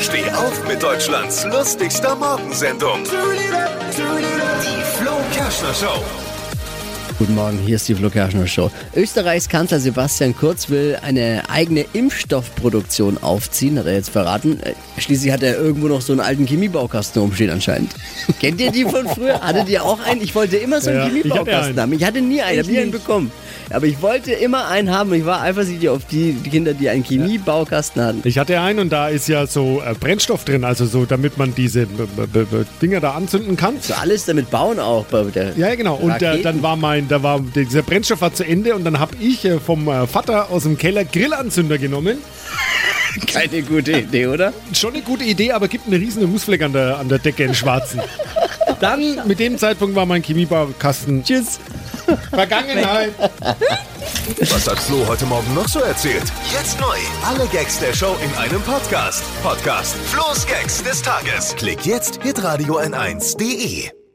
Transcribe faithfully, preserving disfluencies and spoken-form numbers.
Steh auf mit Deutschlands lustigster Morgensendung. Die Flo Kerschner Show. Guten Morgen, hier ist die Flo Kerschner Show. Österreichs Kanzler Sebastian Kurz will eine eigene Impfstoffproduktion aufziehen, hat er jetzt verraten. Schließlich hat er irgendwo noch so einen alten Chemiebaukasten rumstehen anscheinend. Kennt ihr die von früher? Hattet ihr auch einen? Ich wollte immer so einen Ja, Chemiebaukasten ich haben. Ich hatte nie einen, ich habe nie einen nicht. bekommen. Aber ich wollte immer einen haben und ich war eifersüchtig auf die, die Kinder, die einen Chemiebaukasten hatten. Ich hatte einen und da ist ja so äh, Brennstoff drin, also so, damit man diese b- b- b- Dinger da anzünden kann. So alles damit bauen auch bei der Ja, genau. Und äh, Raketen. dann war mein, da war dieser Brennstoff war zu Ende und dann habe ich äh, vom äh, Vater aus dem Keller Grillanzünder genommen. Keine gute Idee, oder? Schon eine gute Idee, aber gibt einen riesen Rußfleck an der, an der Decke, in schwarzen. Dann, mit dem Zeitpunkt war mein Chemiebaukasten Tschüss. Vergangenheit. Was hat Flo heute Morgen noch so erzählt? Jetzt neu. Alle Gags der Show in einem Podcast. Podcast Flo's Gags des Tages. Klick jetzt, hitradio n eins punkt de.